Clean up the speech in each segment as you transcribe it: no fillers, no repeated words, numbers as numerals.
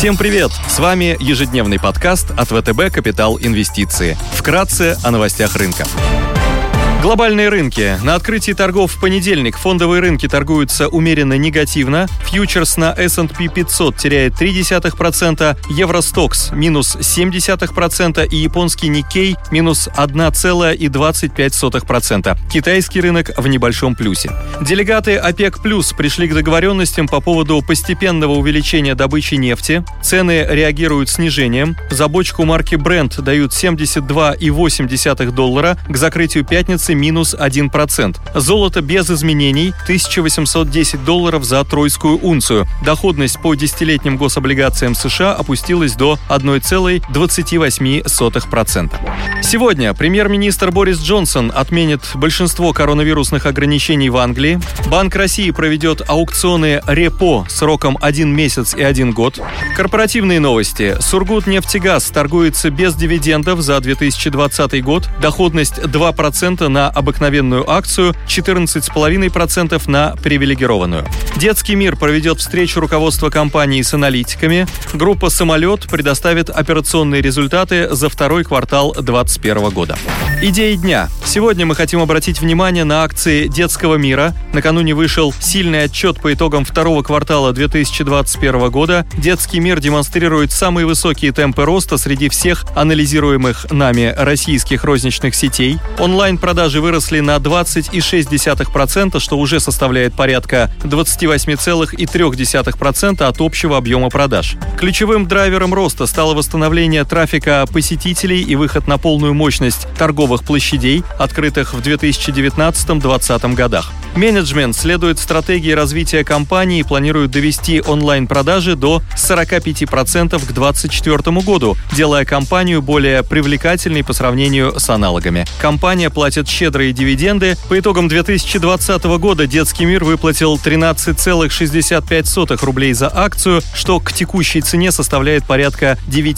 Всем привет! С вами ежедневный подкаст от ВТБ «Капитал Инвестиции». Вкратце о новостях рынка. Глобальные рынки. На открытии торгов в понедельник фондовые рынки торгуются умеренно негативно. Фьючерс на S&P 500 теряет 0,3%, Евростокс минус 0,7% и японский Никкей минус 1,25%. Китайский рынок в небольшом плюсе. Делегаты ОПЕК+ пришли к договоренностям по поводу постепенного увеличения добычи нефти. Цены реагируют снижением. За бочку марки Brent дают $72,8, к закрытию пятницы минус 1%. Золото без изменений $1810 за тройскую унцию. Доходность по десятилетним гособлигациям США опустилась до 1,28%. Сегодня премьер-министр Борис Джонсон отменит большинство коронавирусных ограничений в Англии. Банк России проведет аукционы репо сроком 1 месяц и 1 год. Корпоративные новости. Сургутнефтегаз торгуется без дивидендов за 2020 год. Доходность 2% на обыкновенную акцию, 14,5% на привилегированную. Детский мир проведет встречу руководства компании с аналитиками. Группа «Самолет» предоставит операционные результаты за второй квартал 2021 года. Идеи дня. Сегодня мы хотим обратить внимание на акции Детского мира. Накануне вышел сильный отчет по итогам второго квартала 2021 года. Детский мир демонстрирует самые высокие темпы роста среди всех анализируемых нами российских розничных сетей. Онлайн-продажи выросли на 20,6%, что уже составляет порядка 28,3% от общего объема продаж. Ключевым драйвером роста стало восстановление трафика посетителей и выход на полную мощность торговых площадей, открытых в 2019-2020 годах. Менеджмент следует стратегии развития компании и планирует довести онлайн-продажи до 45% к 2024 году, делая компанию более привлекательной по сравнению с аналогами. Компания платит щедрые дивиденды. По итогам 2020 года Детский мир выплатил 13,65 рублей за акцию, что к текущей цене составляет порядка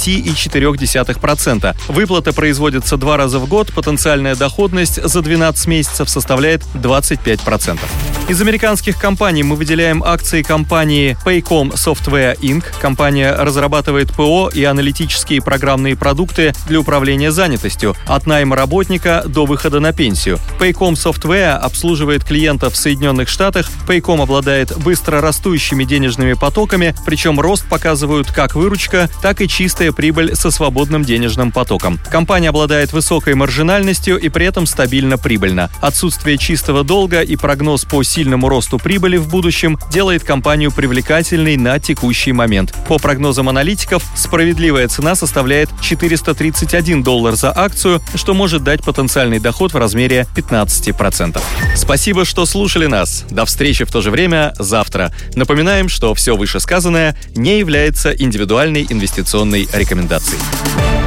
9,4%. Выплата производится 2 раза в год, потенциальная доходность за 12 месяцев составляет 25%. Из американских компаний мы выделяем акции компании Paycom Software Inc. Компания разрабатывает ПО и аналитические программные продукты для управления занятостью, от найма работника до выхода на пенсию. Paycom Software обслуживает клиентов в Соединенных Штатах. Paycom обладает быстро растущими денежными потоками, причем рост показывают как выручка, так и чистая прибыль со свободным денежным потоком. Компания обладает высокой маржинальностью и при этом стабильно прибыльна. Отсутствие чистого долга и прогноз по сильному росту прибыли в будущем делает компанию привлекательной на текущий момент. По прогнозам аналитиков, справедливая цена составляет $431 за акцию, что может дать потенциальный доход в размере 15%. Спасибо, что слушали нас. До встречи в то же время завтра. Напоминаем, что все вышесказанное не является индивидуальной инвестиционной рекомендацией.